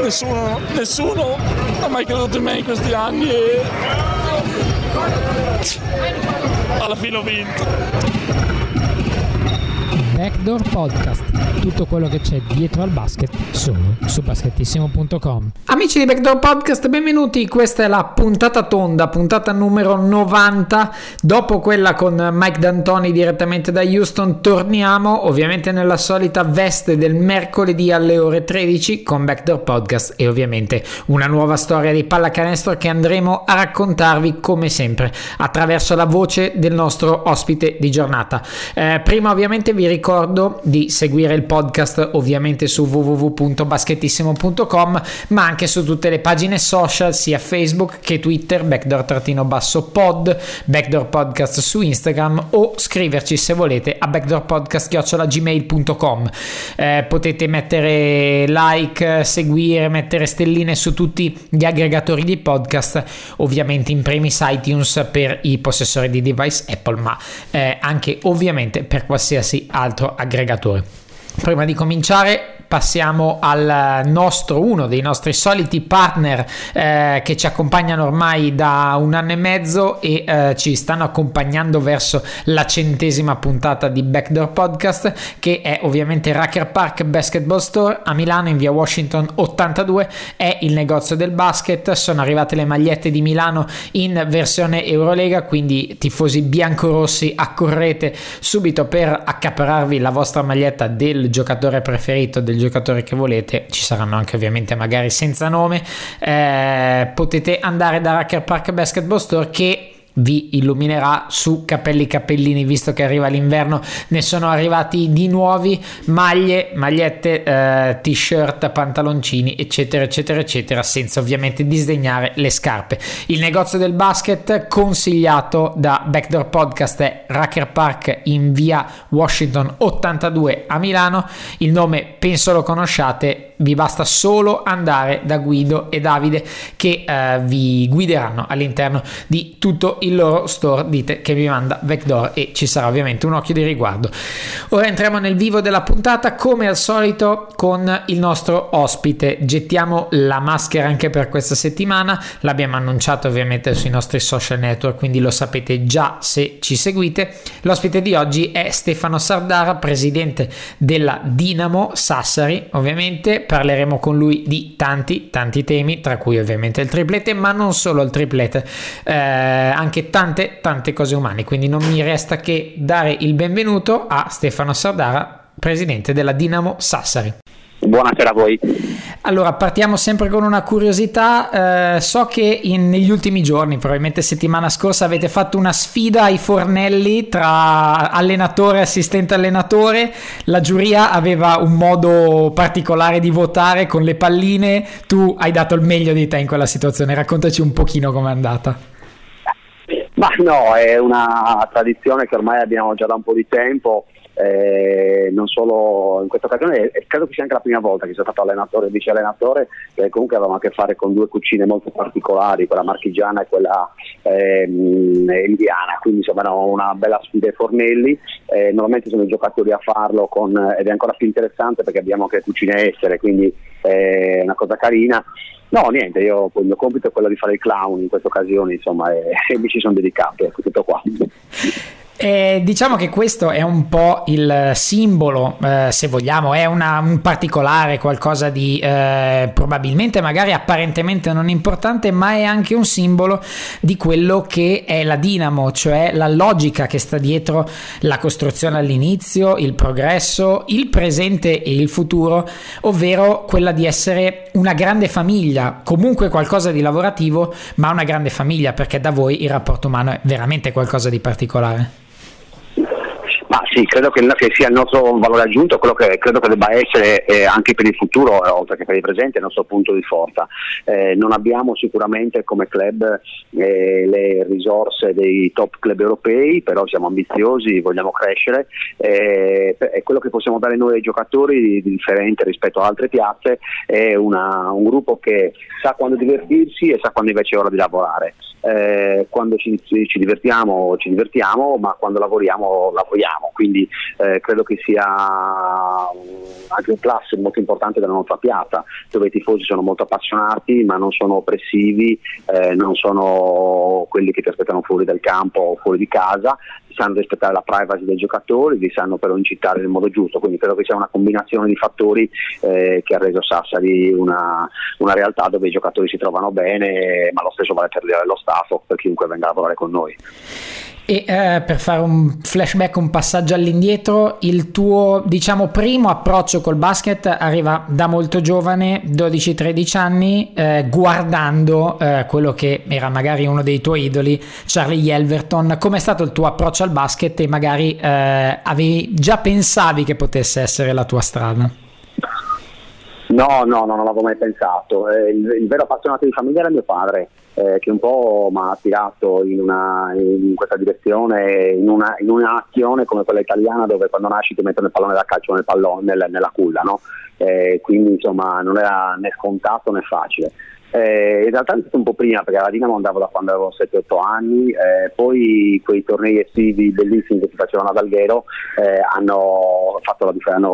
nessuno ha mai creduto in me in questi anni e alla fine ho vinto. Backdoor Podcast, tutto quello che c'è dietro al basket solo su basketissimo.com. Amici di Backdoor Podcast, benvenuti. Questa è la puntata tonda, puntata numero 90. Dopo quella con Mike D'Antoni direttamente da Houston, torniamo ovviamente nella solita veste del mercoledì alle ore 13 con Backdoor Podcast e ovviamente una nuova storia di pallacanestro che andremo a raccontarvi come sempre attraverso la voce del nostro ospite di giornata. Prima ovviamente vi ricordo di seguire il podcast ovviamente su www.basketissimo.com, ma anche su tutte le pagine social sia Facebook che Twitter, backdoor_pod, Backdoor Podcast su Instagram, o scriverci se volete a backdoorpodcast@gmail.com. Potete mettere like, seguire, mettere stelline su tutti gli aggregatori di podcast, ovviamente in primis iTunes per i possessori di device Apple, ma anche ovviamente per qualsiasi altro aggregatore. Prima di cominciare passiamo al uno dei nostri soliti partner che ci accompagnano ormai da un anno e mezzo e ci stanno accompagnando verso la 100ª puntata di Backdoor Podcast, che è ovviamente Rucker Park Basketball Store a Milano in via Washington 82. È il negozio del basket. Sono arrivate le magliette di Milano in versione Eurolega, quindi tifosi biancorossi accorrete subito per accaparrarvi la vostra maglietta del giocatore preferito, del giocatore che volete. Ci saranno anche ovviamente magari senza nome. Potete andare da Rucker Park Basketball Store che vi illuminerà su capelli cappellini, visto che arriva l'inverno. Ne sono arrivati di nuovi: maglie, magliette, t-shirt, pantaloncini, eccetera eccetera eccetera, senza ovviamente disdegnare le scarpe. Il negozio del basket consigliato da Backdoor Podcast è Rucker Park in via Washington 82 a Milano. Il nome penso lo conosciate, vi basta solo andare da Guido e Davide che vi guideranno all'interno di tutto il loro store. Dite che vi manda Backdoor e ci sarà ovviamente un occhio di riguardo. Ora entriamo nel vivo della puntata, come al solito con il nostro ospite. Gettiamo la maschera anche per questa settimana, l'abbiamo annunciato ovviamente sui nostri social network, quindi lo sapete già se ci seguite. L'ospite di oggi è Stefano Sardara, presidente della Dinamo Sassari. Ovviamente parleremo con lui di tanti temi, tra cui ovviamente il triplete, ma non solo il triplete, anche tante cose umane. Quindi non mi resta che dare il benvenuto a Stefano Sardara, presidente della Dinamo Sassari. Buonasera a voi. Allora, partiamo sempre con una curiosità. So che negli ultimi giorni, probabilmente settimana scorsa, avete fatto una sfida ai fornelli tra allenatore e assistente allenatore. La giuria aveva un modo particolare di votare con le palline. Tu hai dato il meglio di te in quella situazione. Raccontaci un pochino com'è andata. Ma no, è una tradizione che ormai abbiamo già da un po' di tempo. Non solo in questa occasione, credo che sia anche la prima volta che sia stato allenatore e vice allenatore, perché comunque avevamo a che fare con due cucine molto particolari, quella marchigiana e quella indiana, quindi insomma era una bella sfida ai fornelli. Normalmente sono i giocatori a farlo ed è ancora più interessante perché abbiamo anche cucine estere, quindi è una cosa carina. No, niente, il mio compito è quello di fare il clown in questa occasione, insomma, e mi ci sono dedicato, ecco, tutto qua. Diciamo che questo è un po' il simbolo, se vogliamo, è un particolare, qualcosa di probabilmente magari apparentemente non importante, ma è anche un simbolo di quello che è la Dinamo, cioè la logica che sta dietro la costruzione all'inizio, il progresso, il presente e il futuro, ovvero quella di essere una grande famiglia, comunque qualcosa di lavorativo, ma una grande famiglia, perché da voi il rapporto umano è veramente qualcosa di particolare. Ma sì, credo che sia il nostro valore aggiunto, quello che credo che debba essere anche per il futuro, oltre che per il presente, il nostro punto di forza. Non abbiamo sicuramente come club le risorse dei top club europei, però siamo ambiziosi, vogliamo crescere, e quello che possiamo dare noi ai giocatori di differente rispetto a altre piazze è un gruppo che sa quando divertirsi e sa quando invece è ora di lavorare. Quando ci divertiamo, ma quando lavoriamo. quindi credo che sia anche un plus molto importante della nostra piazza, dove i tifosi sono molto appassionati ma non sono oppressivi, non sono quelli che ti aspettano fuori dal campo o fuori di casa, sanno rispettare la privacy dei giocatori, li sanno però incitare nel modo giusto, quindi credo che sia una combinazione di fattori che ha reso Sassari una realtà dove i giocatori si trovano bene, ma lo stesso vale per lo staff, per chiunque venga a lavorare con noi. E per fare un flashback, un passaggio all'indietro, il tuo primo approccio col basket arriva da molto giovane, 12-13 anni, guardando quello che era magari uno dei tuoi idoli, Charlie Yelverton. Com'è stato il tuo approccio al basket e magari pensavi che potesse essere la tua strada? No, non l'avevo mai pensato. Il vero appassionato di famiglia era mio padre, che un po' mi ha attirato in questa direzione, in un'azione come quella italiana, dove quando nasci ti mettono il pallone da calcio nella culla, no? Quindi insomma non era né scontato né facile. In realtà è stato un po' prima, perché alla Dinamo andavo da quando avevo 7-8 anni, poi quei tornei estivi bellissimi che si facevano ad Alghero hanno fatto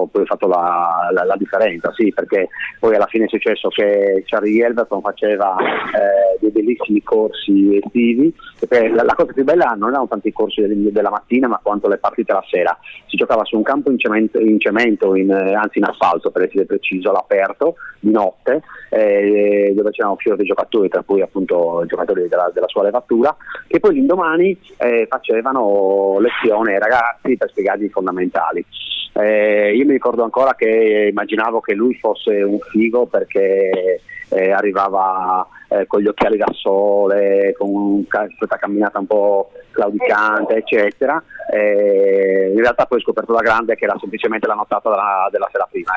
la differenza, sì, perché poi alla fine è successo che Charlie Yelverton faceva dei bellissimi corsi estivi, perché la cosa più bella non erano tanti corsi della mattina, ma quanto le partite la sera. Si giocava su un campo in cemento, anzi in asfalto per essere preciso, all'aperto, di notte, dove c'erano fior dei giocatori, tra cui appunto i giocatori della sua levatura, che poi l'indomani facevano lezione ai ragazzi per spiegargli i fondamentali. Io mi ricordo ancora che immaginavo che lui fosse un figo, perché arrivava con gli occhiali da sole, con questa camminata un po' claudicante, eccetera. In realtà poi ho scoperto da grande che era semplicemente la nottata della sera prima.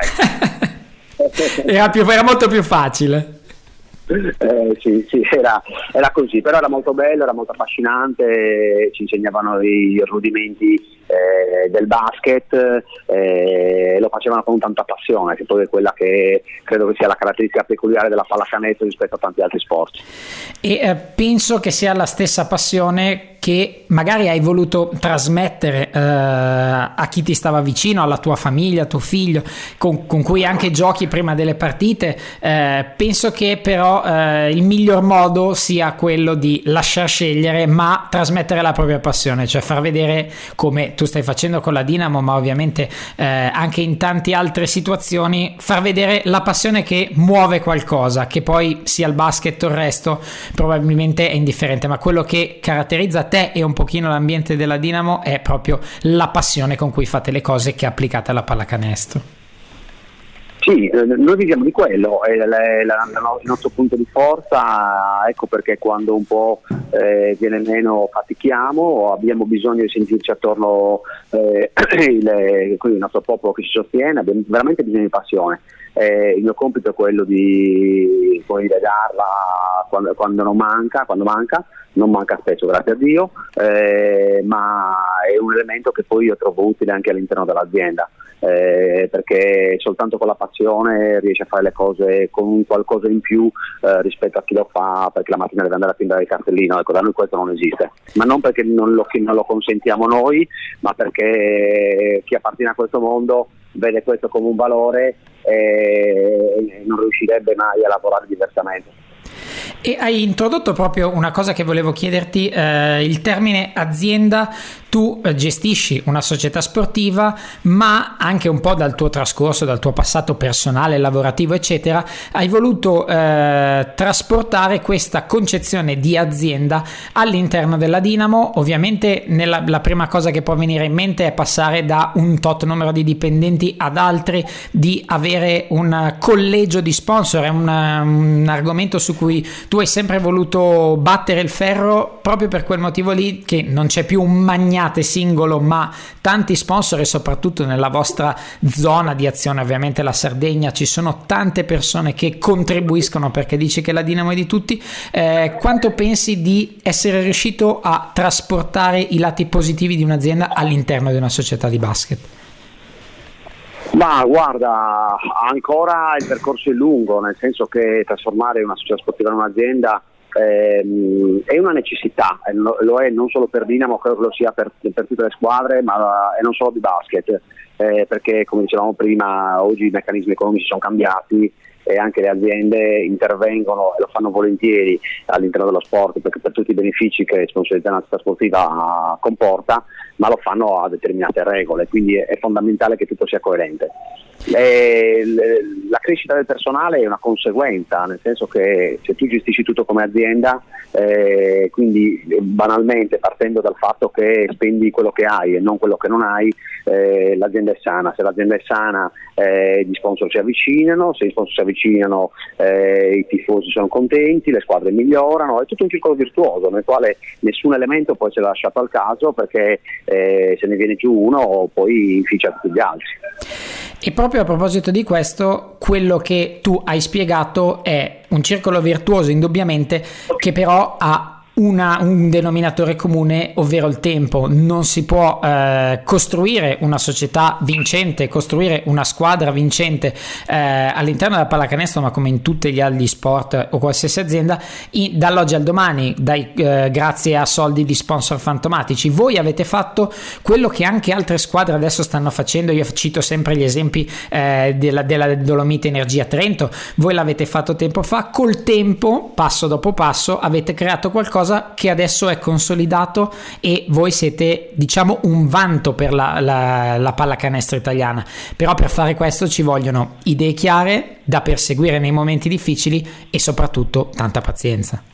Era molto più facile. Sì, era così, però era molto bello, era molto affascinante, ci insegnavano i rudimenti del basket, lo facevano con tanta passione, che poi è quella che credo che sia la caratteristica peculiare della pallacanestro rispetto a tanti altri sport. E penso che sia la stessa passione che magari hai voluto trasmettere a chi ti stava vicino, alla tua famiglia, tuo figlio, con cui anche giochi prima delle partite. Penso che però il miglior modo sia quello di lasciar scegliere, ma trasmettere la propria passione, cioè far vedere, come tu stai facendo con la Dinamo, ma ovviamente anche in tante altre situazioni, far vedere la passione che muove qualcosa, che poi sia il basket o il resto probabilmente è indifferente, ma quello che caratterizza te e un pochino l'ambiente della Dinamo è proprio la passione con cui fate le cose, che è applicata alla pallacanestro. Sì, noi viviamo di quello, è il nostro punto di forza, ecco perché quando un po' viene meno fatichiamo, abbiamo bisogno di sentirci attorno il nostro popolo che ci sostiene, abbiamo veramente bisogno di passione. Il mio compito è quello di darla quando manca, non manca spesso, grazie a Dio, ma è un elemento che poi io trovo utile anche all'interno dell'azienda. Perché soltanto con la passione riesce a fare le cose con qualcosa in più rispetto a chi lo fa perché la mattina deve andare a timbrare il cartellino. Ecco, da noi questo non esiste, ma non perché non lo consentiamo noi, ma perché chi appartiene a questo mondo vede questo come un valore e non riuscirebbe mai a lavorare diversamente. E hai introdotto proprio una cosa che volevo chiederti, il termine azienda. Tu gestisci una società sportiva, ma anche un po' dal tuo trascorso, dal tuo passato personale, lavorativo, eccetera, hai voluto trasportare questa concezione di azienda all'interno della Dinamo. Ovviamente la prima cosa che può venire in mente è passare da un tot numero di dipendenti ad altri, di avere un collegio di sponsor. È un argomento su cui tu hai sempre voluto battere il ferro, proprio per quel motivo lì, che non c'è più un magnate singolo, ma tanti sponsor, e soprattutto nella vostra zona di azione, ovviamente la Sardegna, ci sono tante persone che contribuiscono, perché dici che la Dinamo è di tutti. Quanto pensi di essere riuscito a trasportare i lati positivi di un'azienda all'interno di una società di basket? Ma guarda, ancora il percorso è lungo, nel senso che trasformare una società sportiva in un'azienda è una necessità, lo è non solo per Dinamo, credo che lo sia per tutte le squadre, ma e non solo di basket, perché come dicevamo prima oggi i meccanismi economici sono cambiati e anche le aziende intervengono e lo fanno volentieri all'interno dello sport, perché per tutti i benefici che sponsorizzare sportiva comporta, ma lo fanno a determinate regole, quindi è fondamentale che tutto sia coerente. La crescita del personale è una conseguenza, nel senso che se tu gestisci tutto come azienda, quindi banalmente partendo dal fatto che spendi quello che hai e non quello che non hai, l'azienda è sana. Se l'azienda è sana, gli sponsor si avvicinano, se gli sponsor si avvicinano, i tifosi sono contenti, le squadre migliorano, è tutto un circolo virtuoso nel quale nessun elemento può essere lasciato al caso, perché se ne viene giù uno poi inficia tutti gli altri. E proprio a proposito di questo, quello che tu hai spiegato è un circolo virtuoso indubbiamente, che però ha un denominatore comune, ovvero il tempo. Non si può costruire una società vincente, costruire una squadra vincente all'interno della pallacanestro, ma come in tutti gli altri sport o qualsiasi azienda, dall'oggi al domani, grazie a soldi di sponsor fantomatici. Voi avete fatto quello che anche altre squadre adesso stanno facendo. Io cito sempre gli esempi della Dolomite Energia Trento. Voi l'avete fatto tempo fa, col tempo, passo dopo passo, avete creato qualcosa che adesso è consolidato e voi siete, diciamo, un vanto per la pallacanestro italiana. Però per fare questo ci vogliono idee chiare da perseguire nei momenti difficili e soprattutto tanta pazienza.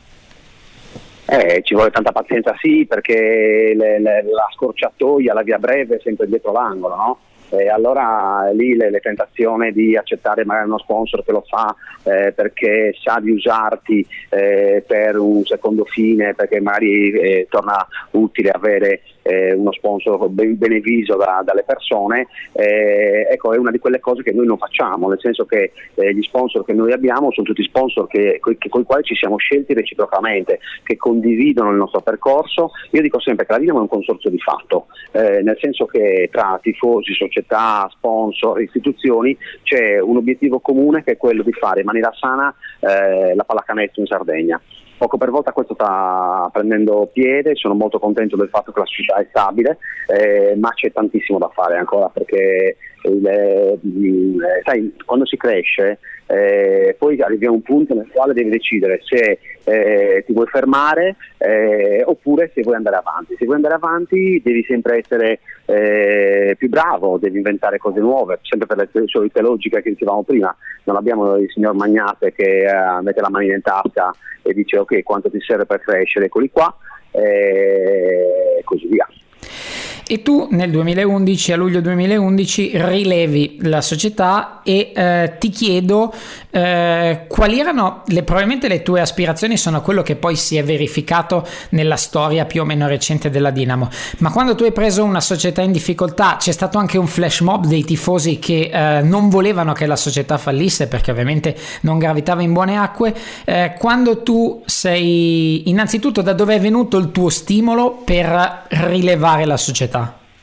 Ci vuole tanta pazienza, sì, perché la scorciatoia, la via breve è sempre dietro l'angolo, no? E allora lì le tentazioni di accettare magari uno sponsor che lo fa perché sa di usarti per un secondo fine, perché magari torna utile avere uno sponsor ben viso dalle persone, ecco, è una di quelle cose che noi non facciamo, nel senso che gli sponsor che noi abbiamo sono tutti sponsor con i quali ci siamo scelti reciprocamente, che condividono il nostro percorso. Io dico sempre che la Dinamo è un consorzio di fatto, nel senso che tra tifosi, società, sponsor, istituzioni c'è un obiettivo comune, che è quello di fare in maniera sana la pallacanestro in Sardegna. Poco per volta questo sta prendendo piede, sono molto contento del fatto che la società è stabile, ma c'è tantissimo da fare ancora, perché sai, quando si cresce poi arrivi a un punto nel quale devi decidere se ti vuoi fermare oppure se vuoi andare avanti. Se vuoi andare avanti devi sempre essere più bravo, devi inventare cose nuove, sempre per le solite logiche che dicevamo prima. Non abbiamo il signor Magnate che mette la manina in tasca e dice ok, quanto ti serve per crescere, eccoli qua, e così via. E tu nel 2011, a luglio 2011, rilevi la società e ti chiedo quali erano probabilmente le tue aspirazioni. Sono quello che poi si è verificato nella storia più o meno recente della Dinamo, ma quando tu hai preso una società in difficoltà c'è stato anche un flash mob dei tifosi che non volevano che la società fallisse, perché ovviamente non gravitava in buone acque. Quando tu sei, innanzitutto, da dove è venuto il tuo stimolo per rilevare la società?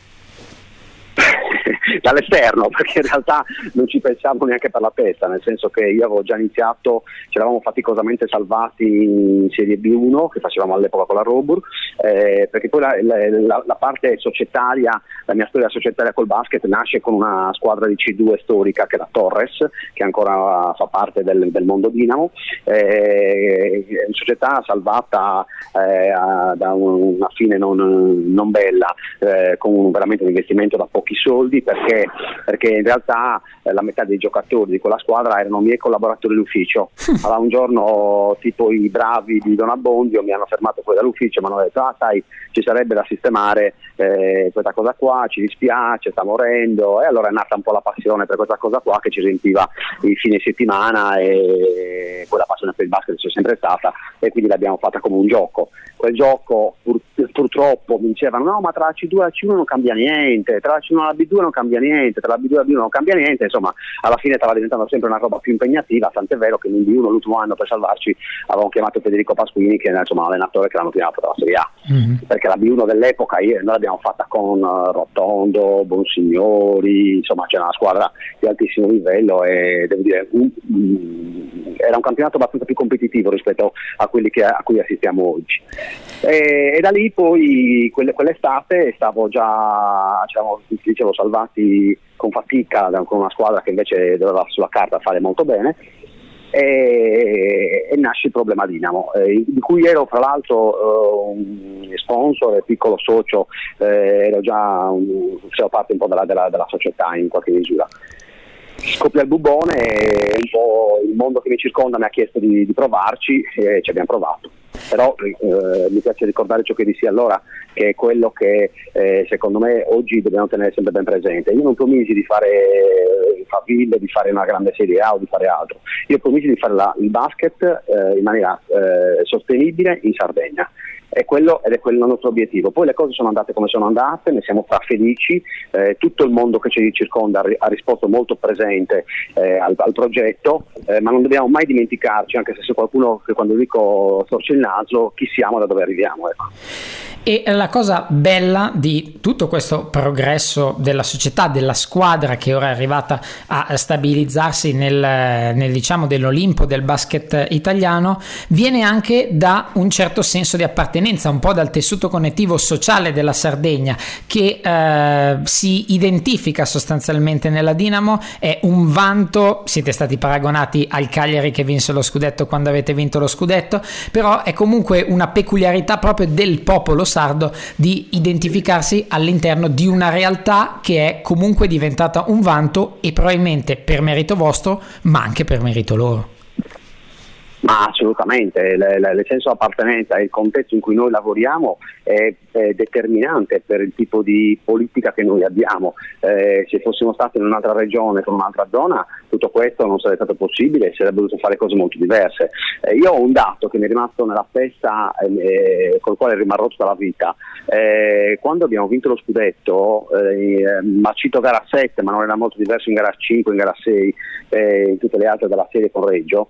Dall'esterno, perché in realtà non ci pensavo neanche per la testa, nel senso che io avevo già iniziato, ci eravamo faticosamente salvati in Serie B1 che facevamo all'epoca con la Robur, perché poi la parte societaria, la mia storia societaria col basket nasce con una squadra di C2 storica che è la Torres, che ancora fa parte del mondo Dinamo, società salvata da una fine non bella, con veramente un investimento da pochi soldi, perché in realtà la metà dei giocatori di quella squadra erano miei collaboratori d'ufficio. Allora un giorno, tipo i bravi di Don Abbondio, mi hanno fermato fuori dall'ufficio e mi hanno detto sai, ci sarebbe da sistemare questa cosa qua, ci dispiace, sta morendo, e allora è nata un po' la passione per questa cosa qua, che ci riempiva il fine settimana, e quella passione per il basket c'è sempre stata, e quindi l'abbiamo fatta come un gioco. Quel gioco purtroppo mi dicevano no, ma tra la C2 e la C1 non cambia niente, tra la C1 e la B2 non cambia cambia niente, tra la B2 e la B1 non cambia niente, insomma alla fine stava diventando sempre una roba più impegnativa, tant'è vero che in B1 l'ultimo anno per salvarci avevamo chiamato Federico Pasquini, che è insomma l'allenatore che l'hanno tirato dalla Serie A, perché la B1 dell'epoca noi l'abbiamo fatta con Rotondo, Bonsignori, insomma c'era una squadra di altissimo livello e devo dire era un campionato abbastanza più competitivo rispetto a quelli a cui assistiamo oggi. E da lì poi quell'estate ci siamo salvati con fatica con una squadra che invece doveva sulla carta fare molto bene, e nasce il problema Dinamo, di cui ero fra l'altro un sponsor e piccolo socio, ero già facevo parte un po' della società in qualche misura. Scoppia il bubbone e un po' il mondo che mi circonda mi ha chiesto di provarci e ci abbiamo provato. Però mi piace ricordare ciò che dissi allora, che è quello che secondo me oggi dobbiamo tenere sempre ben presente. Io non promisi di fare faville, di fare una grande Serie A o di fare altro. Io promisi di fare il basket in maniera sostenibile in Sardegna. È quello il nostro obiettivo. Poi le cose sono andate come sono andate, ne siamo felici, tutto il mondo che ci circonda ha risposto molto presente al progetto, ma non dobbiamo mai dimenticarci, anche se qualcuno che quando dico storce il naso, chi siamo e da dove arriviamo, ecco. E la cosa bella di tutto questo progresso della società, della squadra che ora è arrivata a stabilizzarsi nel diciamo dell'Olimpo del basket italiano, viene anche da un certo senso di appartenenza, un po' dal tessuto connettivo sociale della Sardegna, che si identifica sostanzialmente nella Dinamo. È un vanto, siete stati paragonati al Cagliari che vinse lo scudetto quando avete vinto lo scudetto, però è comunque una peculiarità proprio del popolo sardo di identificarsi all'interno di una realtà che è comunque diventata un vanto, e probabilmente per merito vostro ma anche per merito loro. Ma assolutamente, il senso di appartenenza e il contesto in cui noi lavoriamo è determinante per il tipo di politica che noi abbiamo. Se fossimo stati in un'altra regione, con un'altra zona, tutto questo non sarebbe stato possibile, sarebbe dovuto fare cose molto diverse. Io ho un dato che mi è rimasto nella testa, col quale rimarrò tutta la vita. Quando abbiamo vinto lo scudetto, ma cito gara 7, ma non era molto diverso in gara 5, in gara 6, in tutte le altre della serie con Reggio,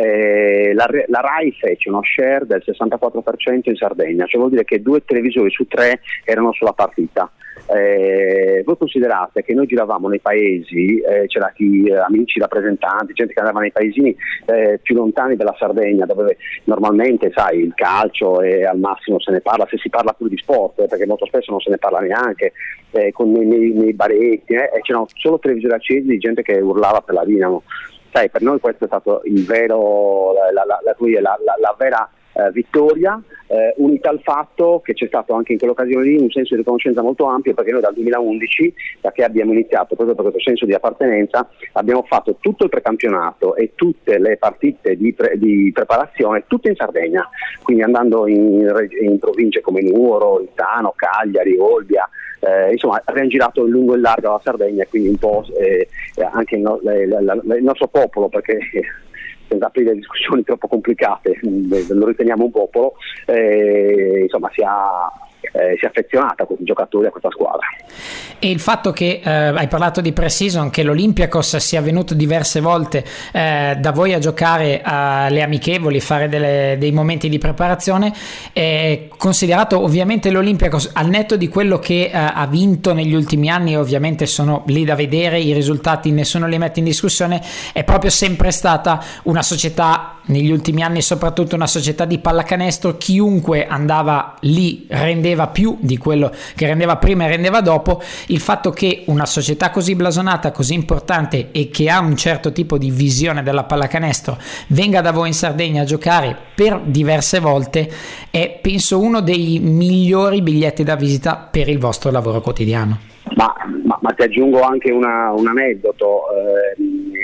la RAI fece uno share del 64% in Sardegna, cioè vuol dire che 2 televisori su 3 erano sulla partita. Voi considerate che noi giravamo nei paesi, c'era amici, rappresentanti, gente che andava nei paesini più lontani della Sardegna, dove normalmente sai il calcio al massimo se ne parla, se si parla più di sport, perché molto spesso non se ne parla neanche, nei baretti, c'erano solo televisori accesi di gente che urlava per la Dinamo. Sai, per noi questo è stato il vero, la vera vittoria, unita al fatto che c'è stato anche in quell'occasione lì un senso di riconoscenza molto ampio, perché noi dal 2011, da che abbiamo iniziato proprio per questo senso di appartenenza, abbiamo fatto tutto il precampionato e tutte le partite di preparazione tutte in Sardegna, quindi andando in province come Nuoro, Iltano, Cagliari, Olbia. Insomma abbiamo girato in lungo e largo la Sardegna, quindi un po' anche il nostro popolo, perché senza aprire discussioni troppo complicate lo riteniamo un popolo, insomma si è affezionata a questi giocatori, a questa squadra. E il fatto che hai parlato di pre-season, che l'Olympiakos sia venuto diverse volte da voi a giocare alle amichevoli, fare dei momenti di preparazione, considerato ovviamente l'Olympiakos, al netto di quello che ha vinto negli ultimi anni, ovviamente sono lì da vedere, i risultati nessuno li mette in discussione, è proprio sempre stata una società, negli ultimi anni soprattutto una società di pallacanestro. Chiunque andava lì rendeva più di quello che rendeva prima e rendeva dopo. Il fatto che una società così blasonata, così importante e che ha un certo tipo di visione della pallacanestro venga da voi in Sardegna a giocare per diverse volte è, penso, uno dei migliori biglietti da visita per il vostro lavoro quotidiano. Ma ti aggiungo anche un aneddoto.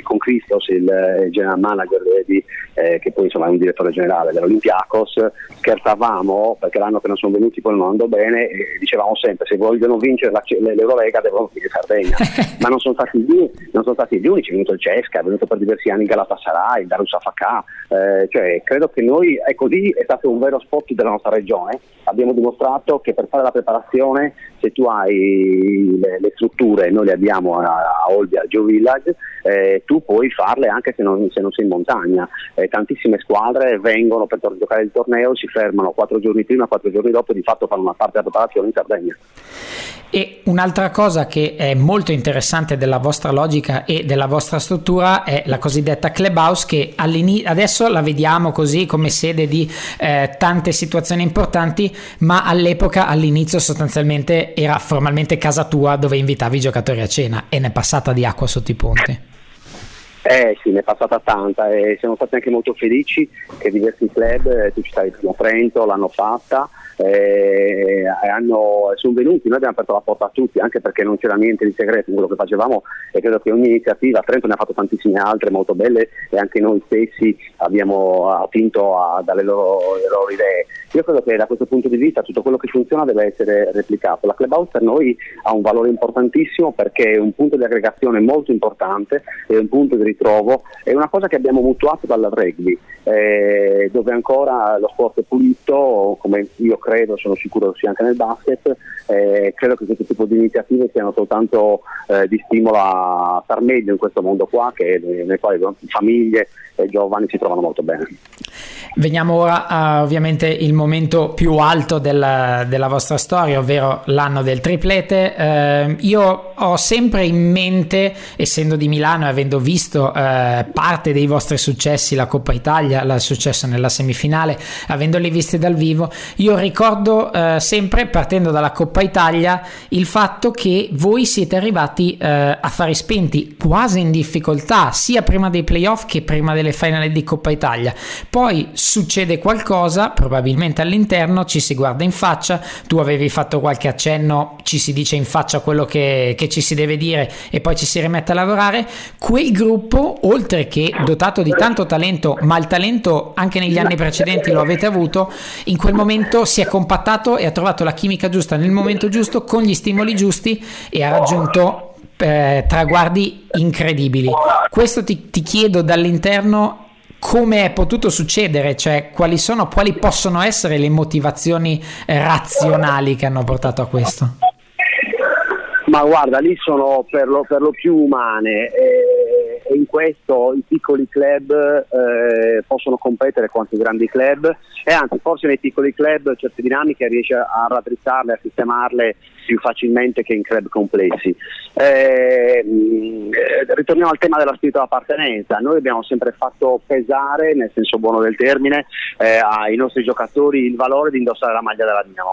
con Christos, il general manager che poi insomma è un direttore generale dell'Olympiakos, scherzavamo perché l'anno che non sono venuti poi non andò bene e dicevamo sempre: se vogliono vincere l'Eurolega devono venire in Sardegna. Ma non sono stati gli unici, è venuto il Cesca, è venuto per diversi anni Galatasaray, Darusafaka, cioè credo che noi, è così, è stato un vero sport della nostra regione. Abbiamo dimostrato che per fare la preparazione, se tu hai le strutture, noi le abbiamo a Olbia, al Geo Village, tu puoi farle anche se non sei in montagna. Tantissime squadre vengono per giocare il torneo, si fermano 4 giorni prima, 4 giorni dopo, e di fatto fanno una parte della preparazione in Sardegna. E un'altra cosa che è molto interessante della vostra logica e della vostra struttura è la cosiddetta clubhouse, che adesso la vediamo così come sede di tante situazioni importanti, ma all'inizio sostanzialmente era formalmente casa tua, dove invitavi i giocatori a cena, e ne è passata di acqua sotto i ponti. Sì, ne è passata tanta e siamo stati anche molto felici che diversi club, tu ci stavi prima, Trento l'hanno fatta, sono venuti, noi abbiamo aperto la porta a tutti, anche perché non c'era niente di segreto in quello che facevamo, e credo che ogni iniziativa, Trento ne ha fatto tantissime altre molto belle, e anche noi stessi abbiamo attinto dalle loro idee. Io credo che da questo punto di vista tutto quello che funziona deve essere replicato. La clubhouse per noi ha un valore importantissimo perché è un punto di aggregazione molto importante, è un punto di ritrovo, è una cosa che abbiamo mutuato dal rugby, dove ancora lo sport è pulito, come io credo, sono sicuro sia anche nel basket. Credo che questo tipo di iniziative siano soltanto di stimolo a star meglio in questo mondo qua, nel quale famiglie e giovani si trovano molto bene. Veniamo ora a ovviamente il momento più alto della vostra storia, ovvero l'anno del triplete. Io ho sempre in mente, essendo di Milano e avendo visto parte dei vostri successi, la Coppa Italia, il successo nella semifinale, avendoli visti dal vivo, io ricordo sempre, partendo dalla Coppa Italia, il fatto che voi siete arrivati a fari spenti, quasi in difficoltà, sia prima dei playoff che prima delle finali di Coppa Italia. Poi succede qualcosa, probabilmente all'interno, ci si guarda in faccia, tu avevi fatto qualche accenno, ci si dice in faccia quello che ci si deve dire e poi ci si rimette a lavorare. Quel gruppo, oltre che dotato di tanto talento, ma il talento anche negli anni precedenti lo avete avuto, in quel momento si è compattato e ha trovato la chimica giusta nel momento giusto, con gli stimoli giusti, e ha raggiunto traguardi incredibili. Questo ti chiedo dall'interno: come è potuto succedere? Cioè, quali possono essere le motivazioni razionali che hanno portato a questo? Ma guarda, lì sono per lo più umane, e in questo i piccoli club possono competere quanto i grandi club, e anzi forse nei piccoli club certe dinamiche riesce a raddrizzarle, a sistemarle più facilmente che in club complessi. Ritorniamo al tema della spirito d'appartenenza. Noi abbiamo sempre fatto pesare, nel senso buono del termine, ai nostri giocatori il valore di indossare la maglia della Dinamo.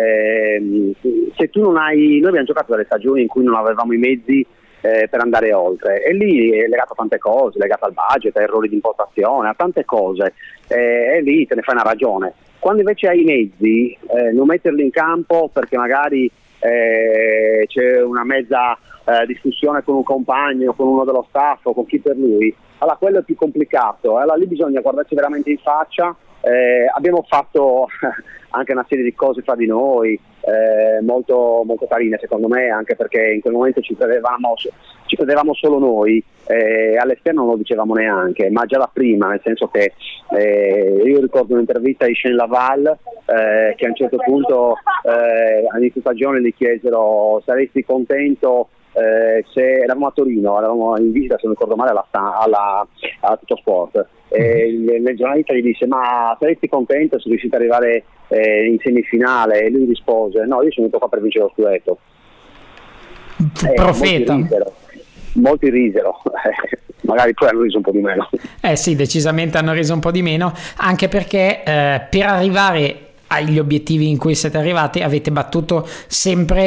Se tu non hai, noi abbiamo giocato delle stagioni in cui non avevamo i mezzi per andare oltre, e lì è legato a tante cose, legato al budget, a errori di impostazione, a tante cose, e lì te ne fai una ragione. Quando invece hai i mezzi, non metterli in campo perché magari c'è una mezza discussione con un compagno, con uno dello staff o con chi per lui, allora quello è più complicato. Allora lì bisogna guardarsi veramente in faccia. Abbiamo fatto anche una serie di cose fra di noi molto, molto carine secondo me, anche perché in quel momento ci credevamo solo noi, all'esterno non lo dicevamo neanche, ma già da prima, nel senso che io ricordo un'intervista di Shane Laval che a un certo punto all'inizio stagione gli chiesero: saresti contento se eravamo a Torino, eravamo in visita, se non ricordo male, alla Tutto Sport, e il giornalista gli disse: ma saresti contento se riuscite ad arrivare in semifinale? E lui rispose: no, io sono venuto qua per vincere lo scudetto. Profeta. Molti risero magari poi hanno riso un po' di meno. Sì, decisamente hanno riso un po' di meno, anche perché per arrivare agli obiettivi in cui siete arrivati avete battuto sempre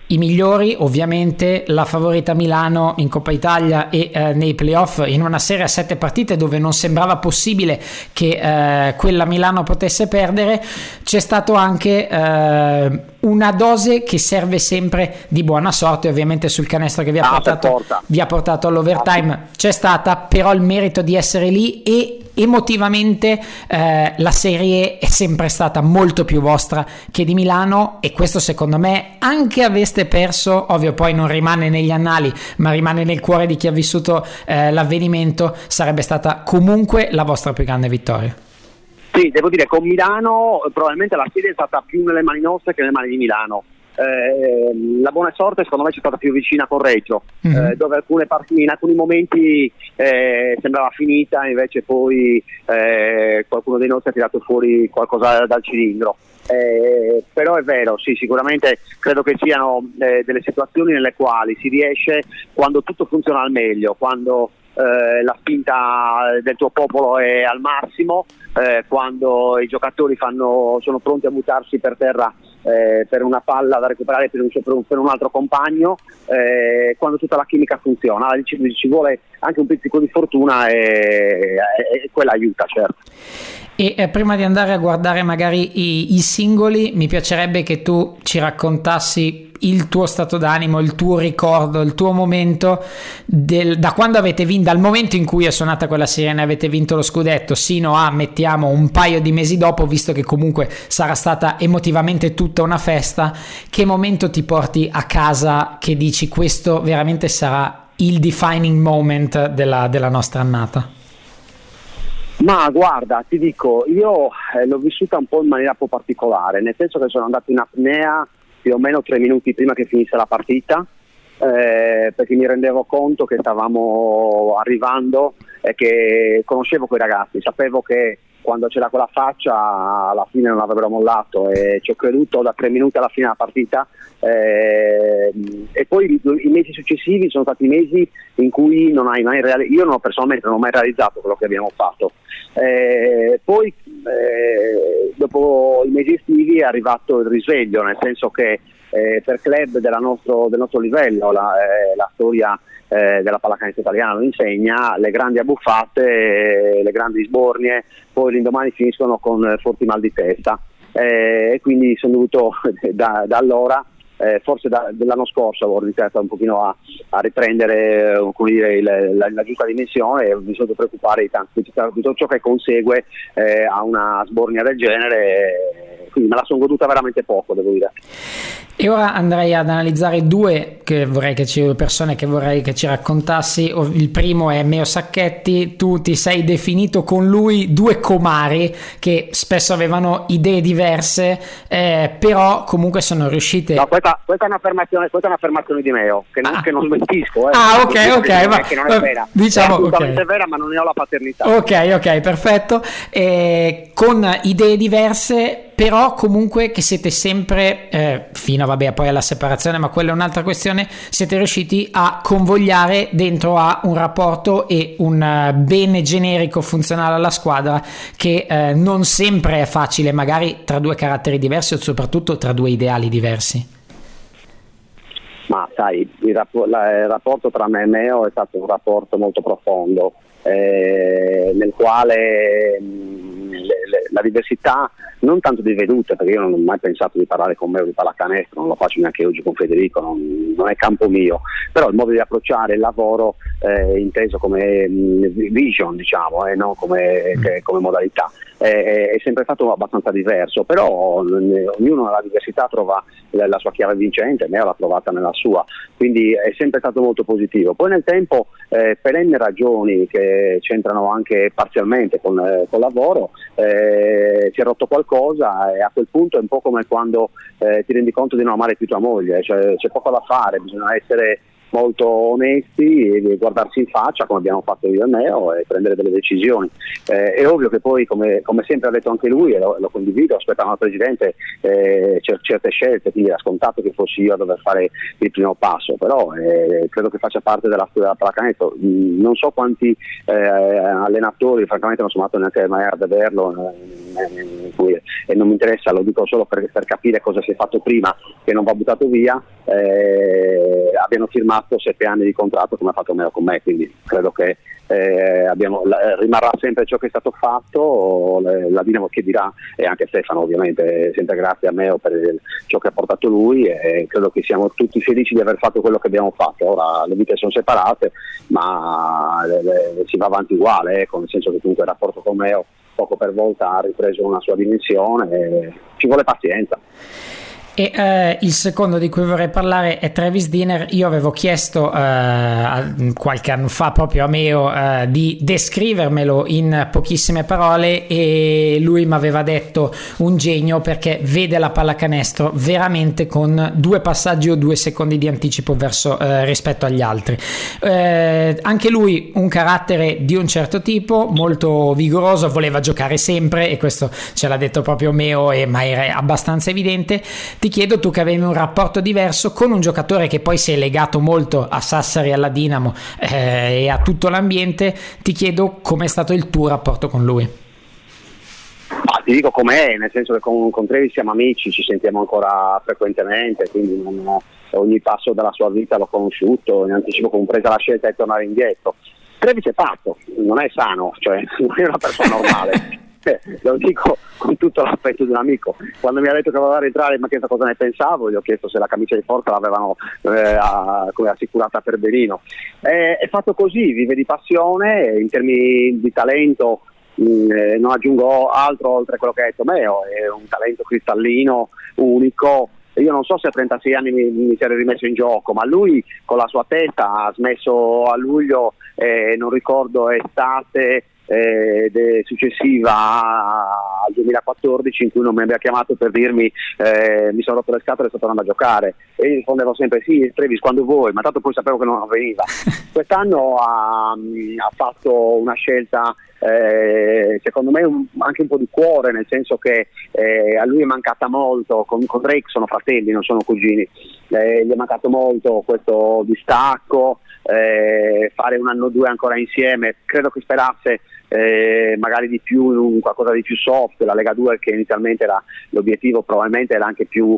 i migliori, ovviamente la favorita Milano in Coppa Italia e nei playoff, in una serie a 7 partite dove non sembrava possibile che quella Milano potesse perdere. C'è stato anche una dose che serve sempre di buona sorte, ovviamente sul canestro che vi ha portato all'overtime c'è stata, però il merito di essere lì, e emotivamente la serie è sempre stata molto più vostra che di Milano, e questo secondo me, anche aveste perso, ovvio poi non rimane negli annali ma rimane nel cuore di chi ha vissuto l'avvenimento, sarebbe stata comunque la vostra più grande vittoria. Sì, devo dire, con Milano probabilmente la serie è stata più nelle mani nostre che nelle mani di Milano. La buona sorte secondo me c'è stata più vicina con Reggio, dove alcune partite, in alcuni momenti sembrava finita, invece poi qualcuno dei nostri ha tirato fuori qualcosa dal cilindro. Però è vero, sì, sicuramente credo che siano delle situazioni nelle quali si riesce, quando tutto funziona al meglio, quando la spinta del tuo popolo è al massimo, quando i giocatori sono pronti a buttarsi per terra per una palla da recuperare per un altro compagno, quando tutta la chimica funziona. Ci vuole anche un pizzico di fortuna, e quella aiuta, certo. E prima di andare a guardare magari i singoli, mi piacerebbe che tu ci raccontassi il tuo stato d'animo, il tuo ricordo, il tuo momento da quando avete vinto, dal momento in cui è suonata quella sirena e avete vinto lo scudetto, sino a, mettiamo, un paio di mesi dopo, visto che comunque sarà stata emotivamente tutta una festa. Che momento ti porti a casa che dici questo veramente sarà il defining moment della nostra annata? Ma guarda, ti dico, io l'ho vissuta un po' in maniera un po' particolare, nel senso che sono andato in apnea più o meno 3 minuti prima che finisse la partita, perché mi rendevo conto che stavamo arrivando e che conoscevo quei ragazzi, sapevo che quando c'era quella faccia alla fine non avrebbero mollato, e ci ho creduto da 3 minuti alla fine della partita, e poi i mesi successivi sono stati mesi in cui io personalmente non ho mai realizzato quello che abbiamo fatto. Poi dopo i mesi estivi è arrivato il risveglio, nel senso che per club del nostro livello la storia della pallacanestro italiana lo insegna: le grandi abbuffate, le grandi sbornie poi l'indomani finiscono con forti mal di testa, e quindi sono dovuto da allora, forse dell'anno scorso, avevo iniziato un pochino a riprendere la giusta dimensione, e mi sono dovuto preoccupare di tutto ciò che consegue a una sbornia del genere, quindi me la sono goduta veramente poco, devo dire. E ora andrei ad analizzare due persone che vorrei che ci raccontassi. Il primo è Meo Sacchetti. Tu ti sei definito con lui due comari che spesso avevano idee diverse, però comunque sono riuscite. No, questa è un'affermazione di Meo che non smentisco. Ok, che non è vera. Diciamo, è assolutamente vera, ma non ne ho la paternità. Ok, perfetto. Con idee diverse, però comunque che siete sempre fino poi alla separazione, ma quella è un'altra questione, siete riusciti a convogliare dentro a un rapporto e un bene generico funzionale alla squadra che non sempre è facile, magari tra due caratteri diversi o soprattutto tra due ideali diversi. Ma sai, il rapporto tra me e Meo è stato un rapporto molto profondo, nel quale la diversità, non tanto di vedute, perché io non ho mai pensato di parlare con Meo di pallacanestro, non lo faccio neanche oggi con Federico, non è campo mio, però il modo di approcciare il lavoro inteso come vision, diciamo, non come modalità, è sempre stato abbastanza diverso, però ognuno nella diversità trova la sua chiave vincente. Meo l'ha trovata nella sua, quindi è sempre stato molto positivo. Poi nel tempo, per n ragioni che c'entrano anche parzialmente con il lavoro, si è rotto qualcosa, e a quel punto è un po' come quando ti rendi conto di non amare più tua moglie, cioè c'è poco da fare, bisogna essere molto onesti e guardarsi in faccia, come abbiamo fatto io e Meo, e prendere delle decisioni. È ovvio che poi, come sempre ha detto anche lui, e lo condivido, aspettando al Presidente certe scelte, quindi era scontato che fossi io a dover fare il primo passo, però credo che faccia parte della storia della pallacanestro. Non so quanti allenatori francamente non sono andato neanche mai a vederlo e non mi interessa, lo dico solo per capire cosa si è fatto prima, che non va buttato via, abbiano firmato 7 anni di contratto come ha fatto Meo con me, quindi credo che rimarrà sempre ciò che è stato fatto, la Dinamo che dirà, e anche Stefano ovviamente, sempre grazie a Meo per ciò che ha portato lui, e credo che siamo tutti felici di aver fatto quello che abbiamo fatto. Ora le vite sono separate, ma si va avanti uguale, nel senso che comunque il rapporto con Meo poco per volta ha ripreso una sua dimensione, e ci vuole pazienza. E il secondo di cui vorrei parlare è Travis Dinner. Io avevo chiesto qualche anno fa proprio a Meo di descrivermelo in pochissime parole, e lui mi aveva detto un genio, perché vede la pallacanestro veramente con 2 passaggi o 2 secondi di anticipo rispetto agli altri. Anche lui un carattere di un certo tipo, molto vigoroso, voleva giocare sempre, e questo ce l'ha detto proprio Meo, ma era abbastanza evidente. Ti chiedo, tu che avevi un rapporto diverso con un giocatore che poi si è legato molto a Sassari, alla Dinamo e a tutto l'ambiente, ti chiedo com'è stato il tuo rapporto con lui. Ti dico com'è, nel senso che con Travis siamo amici, ci sentiamo ancora frequentemente, quindi ogni passo della sua vita l'ho conosciuto, in anticipo compresa la scelta di tornare indietro. Travis è fatto, non è sano, cioè non è una persona normale. Lo dico con tutto l'affetto di un amico. Quando mi ha detto che voleva rientrare, mi ha chiesto cosa ne pensavo, gli ho chiesto se la camicia di forza l'avevano come assicurata per Belino. È fatto così, vive di passione, in termini di talento non aggiungo altro oltre a quello che ha detto Meo, è un talento cristallino, unico. Io non so se a 36 anni mi sarei rimesso in gioco, ma lui con la sua testa ha smesso a luglio, non ricordo estate successiva al 2014, in cui non mi abbia chiamato per dirmi mi sono rotto le scatole e sto tornando a giocare, e io rispondevo sempre sì Travis, quando vuoi, ma tanto poi sapevo che non avveniva. Quest'anno ha fatto una scelta secondo me anche un po' di cuore, nel senso che a lui è mancata molto, con Drake sono fratelli, non sono cugini, gli è mancato molto questo distacco, fare 1 anno o 2 ancora insieme. Credo che sperasse magari di più, qualcosa di più soft. La Lega 2, che inizialmente era l'obiettivo, probabilmente era anche più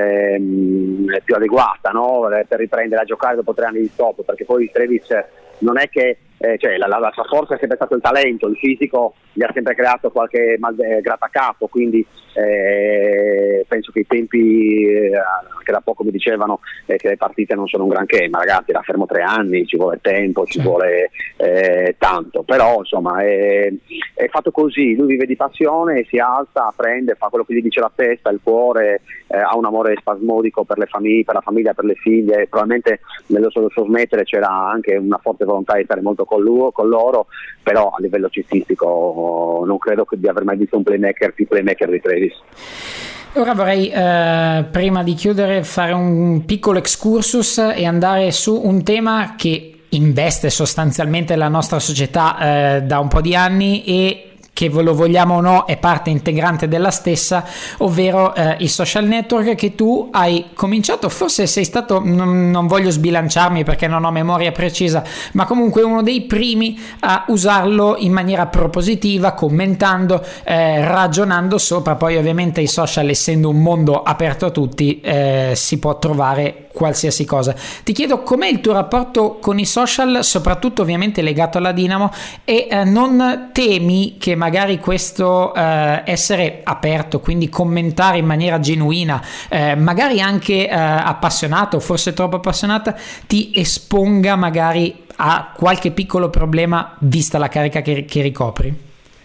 adeguata, no? Per riprendere a giocare dopo 3 anni di stop, perché poi Travis non è che la sua forza è sempre stato il talento, il fisico gli ha sempre creato qualche grattacapo, quindi penso che i tempi, che da poco mi dicevano che le partite non sono un granché, ma ragazzi, era fermo 3 anni, ci vuole tempo, ci vuole tanto, però insomma è fatto così, lui vive di passione, si alza, prende, fa quello che gli dice la testa, il cuore, ha un amore spasmodico per la famiglia, per le figlie. Probabilmente nello suo smettere c'era anche una forte volontà di stare molto con loro, però a livello cestistico non credo di aver mai visto un playmaker più playmaker di Travis. Ora vorrei, prima di chiudere, fare un piccolo excursus e andare su un tema che investe sostanzialmente la nostra società da un po' di anni, e che lo vogliamo o no è parte integrante della stessa, ovvero i social network, che tu hai cominciato, forse sei stato, non voglio sbilanciarmi perché non ho memoria precisa, ma comunque uno dei primi a usarlo in maniera propositiva, commentando, ragionando sopra. Poi ovviamente i social, essendo un mondo aperto a tutti, si può trovare qualsiasi cosa. Ti chiedo com'è il tuo rapporto con i social, soprattutto ovviamente legato alla Dinamo, e non temi che magari questo essere aperto, quindi commentare in maniera genuina, magari anche appassionato, forse troppo appassionata, ti esponga magari a qualche piccolo problema, vista la carica che ricopri?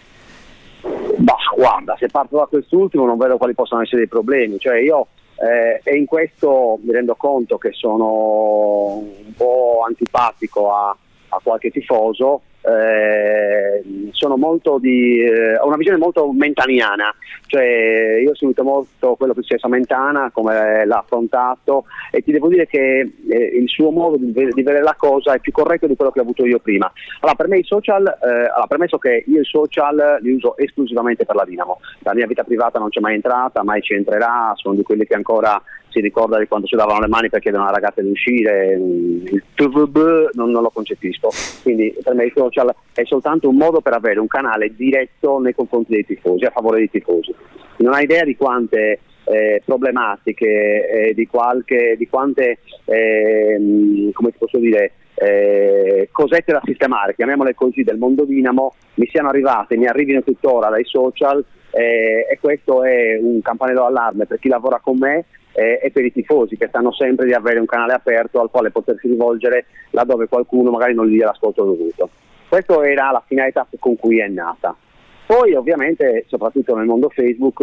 Guarda, se parto da quest'ultimo non vedo quali possano essere i problemi, cioè io e in questo mi rendo conto che sono un po' antipatico a qualche tifoso, sono molto ho una visione molto mentaniana, cioè io ho seguito molto quello che è successo a Mentana, come l'ha affrontato, e ti devo dire che il suo modo di vedere la cosa è più corretto di quello che ho avuto io prima. Allora, per me i social, premesso che io i social li uso esclusivamente per la Dinamo, la mia vita privata non c'è mai entrata, mai ci entrerà, sono di quelli che ancora si ricorda di quando si davano le mani per chiedere a una ragazza di uscire, il TVB non lo concepisco, quindi per me i social social è soltanto un modo per avere un canale diretto nei confronti dei tifosi, a favore dei tifosi. Non ha idea di quante problematiche, di quante come ti posso dire, cosette da sistemare, chiamiamole così, del mondo Dinamo mi siano arrivate, mi arrivino tuttora dai social, e questo è un campanello d'allarme per chi lavora con me e per i tifosi, che sanno sempre di avere un canale aperto al quale potersi rivolgere laddove qualcuno magari non gli dia l'ascolto dovuto. Questa era la finalità con cui è nata. Poi ovviamente, soprattutto nel mondo Facebook,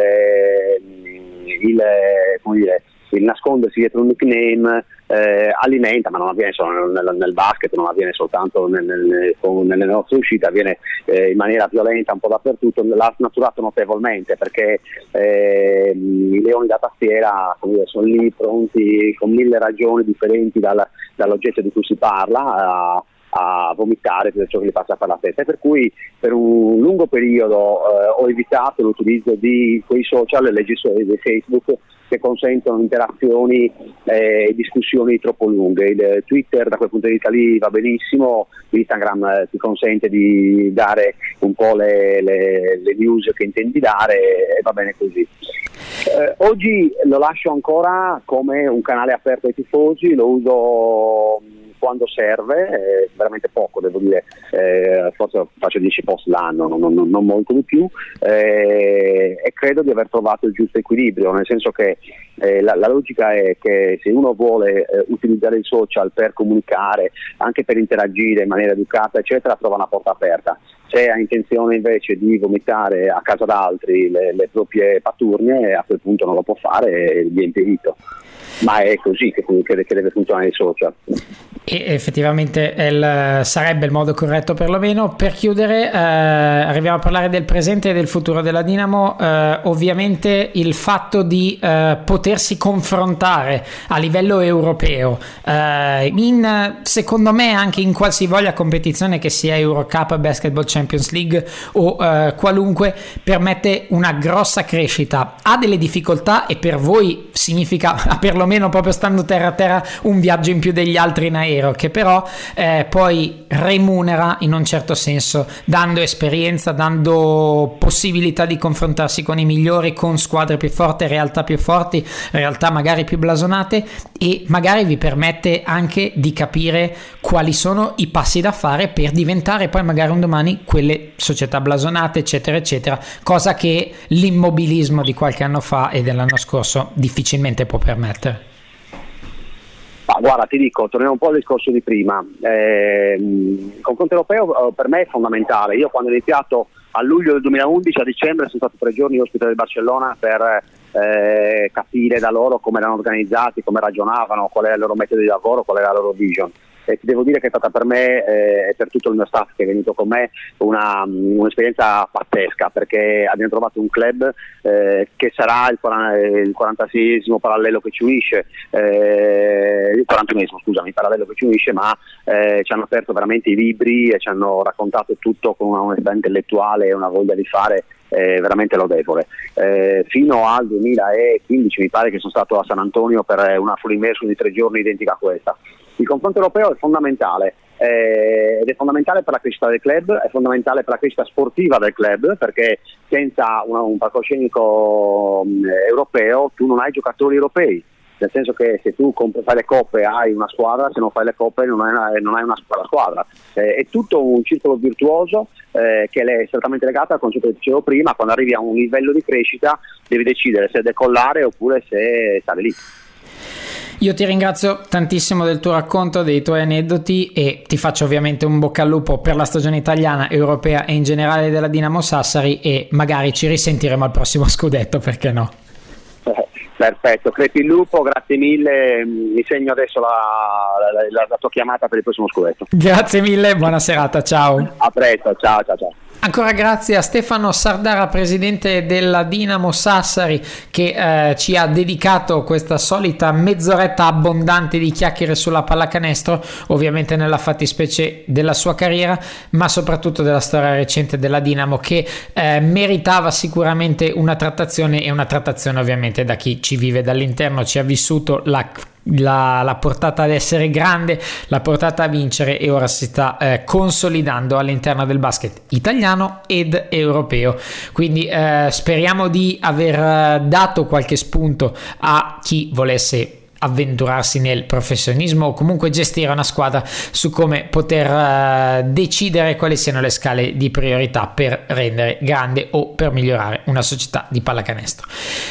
il nascondersi dietro un nickname alimenta, ma non avviene solo nel basket, non avviene soltanto nelle nostre uscite, avviene in maniera violenta un po' dappertutto. L'ha snaturato notevolmente, perché i leoni da tastiera, sono lì pronti con 1000 ragioni differenti dall'oggetto di cui si parla a vomitare per ciò che gli passa per la testa, e per cui per un lungo periodo ho evitato l'utilizzo di quei social, di Facebook, che consentono interazioni e discussioni troppo lunghe. Il Twitter da quel punto di vista lì va benissimo, Instagram ti consente di dare un po' le news che intendi dare, e va bene così. Oggi lo lascio ancora come un canale aperto ai tifosi, lo uso quando serve, veramente poco, devo dire, forse faccio 10 post l'anno, non molto di più, e credo di aver trovato il giusto equilibrio, nel senso che la logica è che se uno vuole utilizzare il social per comunicare, anche per interagire in maniera educata eccetera, trova una porta aperta. Se ha intenzione invece di vomitare a casa d'altri le proprie paturnie, a quel punto non lo può fare, gli è impedito. Ma è così che deve funzionare il social. E effettivamente sarebbe il modo corretto, perlomeno. Per chiudere, arriviamo a parlare del presente e del futuro della Dinamo. Ovviamente il fatto di potersi confrontare a livello europeo, secondo me anche in qualsivoglia competizione, che sia Eurocup, Basketball Champions League o qualunque, permette una grossa crescita. Ha delle difficoltà, e per voi significa, perlomeno proprio stando terra a terra, un viaggio in più degli altri in aereo, che però poi remunera in un certo senso, dando esperienza, dando possibilità di confrontarsi con i migliori, con squadre più forti, realtà più forti, realtà magari più blasonate, e magari vi permette anche di capire quali sono i passi da fare per diventare poi magari un domani quelle società blasonate eccetera eccetera, cosa che l'immobilismo di qualche anno fa e dell'anno scorso difficilmente può permettere. Guarda, ti dico, torniamo un po' al discorso di prima. Il confronto europeo per me è fondamentale. Io quando ho iniziato a luglio del 2011, a dicembre sono stato 3 giorni ospite del Barcellona per capire da loro come erano organizzati, come ragionavano, qual era il loro metodo di lavoro, qual era la loro vision. E ti devo dire che è stata per me e per tutto il mio staff che è venuto con me un'esperienza pazzesca, perché abbiamo trovato un club che sarà il 46esimo parallelo che ci unisce, il 41esimo scusami, parallelo che ci unisce, ma ci hanno aperto veramente i libri e ci hanno raccontato tutto con un'onestà intellettuale e una voglia di fare veramente lodevole. Fino al 2015 mi pare che sono stato a San Antonio per una full immersion di 3 giorni identica a questa. Il confronto europeo è fondamentale, ed è fondamentale per la crescita del club, è fondamentale per la crescita sportiva del club, perché senza un palcoscenico europeo tu non hai giocatori europei, nel senso che se tu fai le coppe hai una squadra, se non fai le coppe non hai una squadra. È tutto un circolo virtuoso che è strettamente legato al concetto che dicevo prima: quando arrivi a un livello di crescita devi decidere se decollare oppure se stare lì. Io ti ringrazio tantissimo del tuo racconto, dei tuoi aneddoti, e ti faccio ovviamente un bocca al lupo per la stagione italiana, europea e in generale della Dinamo Sassari, e magari ci risentiremo al prossimo scudetto, perché no? Perfetto, crepi il lupo, grazie mille, mi segno adesso la tua chiamata per il prossimo scudetto. Grazie mille, buona serata, ciao. A presto, ciao. Ancora grazie a Stefano Sardara, presidente della Dinamo Sassari, che ci ha dedicato questa solita mezz'oretta abbondante di chiacchiere sulla pallacanestro, ovviamente nella fattispecie della sua carriera, ma soprattutto della storia recente della Dinamo, che meritava sicuramente una trattazione, e una trattazione ovviamente da chi ci vive dall'interno, ci ha vissuto la la portata ad essere grande, la portata a vincere, e ora si sta consolidando all'interno del basket italiano ed europeo. Quindi speriamo di aver dato qualche spunto a chi volesse avventurarsi nel professionismo o comunque gestire una squadra su come poter decidere quali siano le scale di priorità per rendere grande o per migliorare una società di pallacanestro.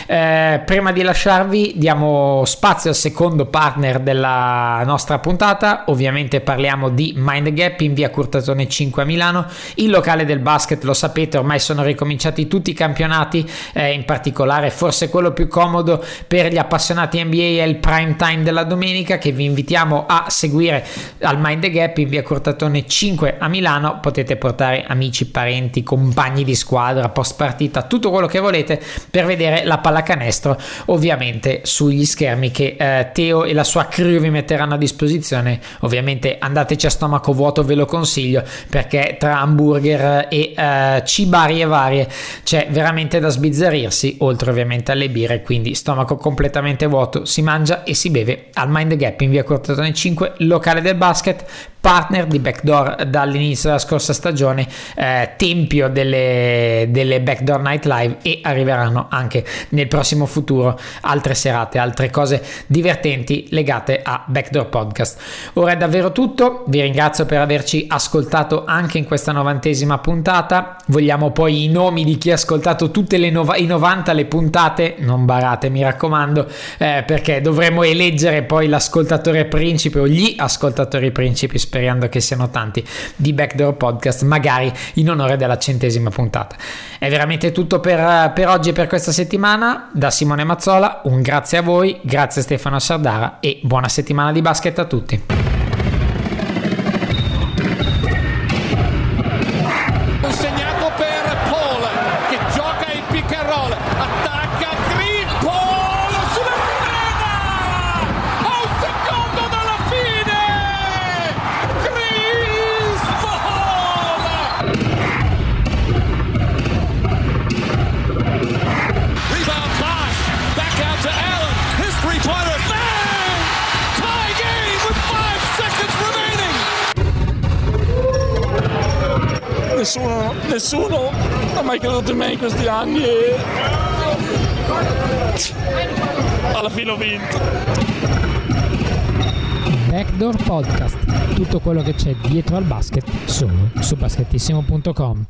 Prima di lasciarvi diamo spazio al secondo partner della nostra puntata. Ovviamente parliamo di Mind the Gap in via Curtatone 5 a Milano, il locale del basket. Lo sapete, ormai sono ricominciati tutti i campionati, in particolare forse quello più comodo per gli appassionati NBA è il prime time della domenica, che vi invitiamo a seguire al Mind the Gap in via Curtatone 5 a Milano. Potete portare amici, parenti, compagni di squadra, post partita, tutto quello che volete per vedere la pallacanestro, ovviamente sugli schermi che Teo e la sua crew vi metteranno a disposizione. Ovviamente andateci a stomaco vuoto, ve lo consiglio, perché tra hamburger e cibarie varie c'è veramente da sbizzarrirsi, oltre ovviamente alle birre. Quindi stomaco completamente vuoto, si mangia e si beve al Mind the Gap in via Curtatone 5, locale del basket, partner di Backdoor dall'inizio della scorsa stagione, tempio delle Backdoor Night Live, e arriveranno anche nel prossimo futuro altre serate, altre cose divertenti legate a Backdoor Podcast. Ora è davvero tutto, vi ringrazio per averci ascoltato anche in questa 90ª puntata. Vogliamo poi i nomi di chi ha ascoltato tutte i 90 le puntate, non barate mi raccomando, perché dovremo eleggere poi l'ascoltatore principe o gli ascoltatori principi, sperando che siano tanti, di Backdoor Podcast, magari in onore della 100ª puntata. È veramente tutto per oggi e per questa settimana. Da Simone Mazzola un grazie a voi, grazie a Stefano Sardara e buona settimana di basket a tutti. Segnato per Paul, che gioca il pick and roll, attacca Green, Paul sulla strada, a un secondo dalla fine, Chris Paul! Rebound Bosch, back out to Allen, his three-pointer, bang! Tie game with 5 seconds remaining! Nessuno ha mai creduto in me in questi anni e alla fine ho vinto. Backdoor Podcast, tutto quello che c'è dietro al basket solo su basketissimo.com.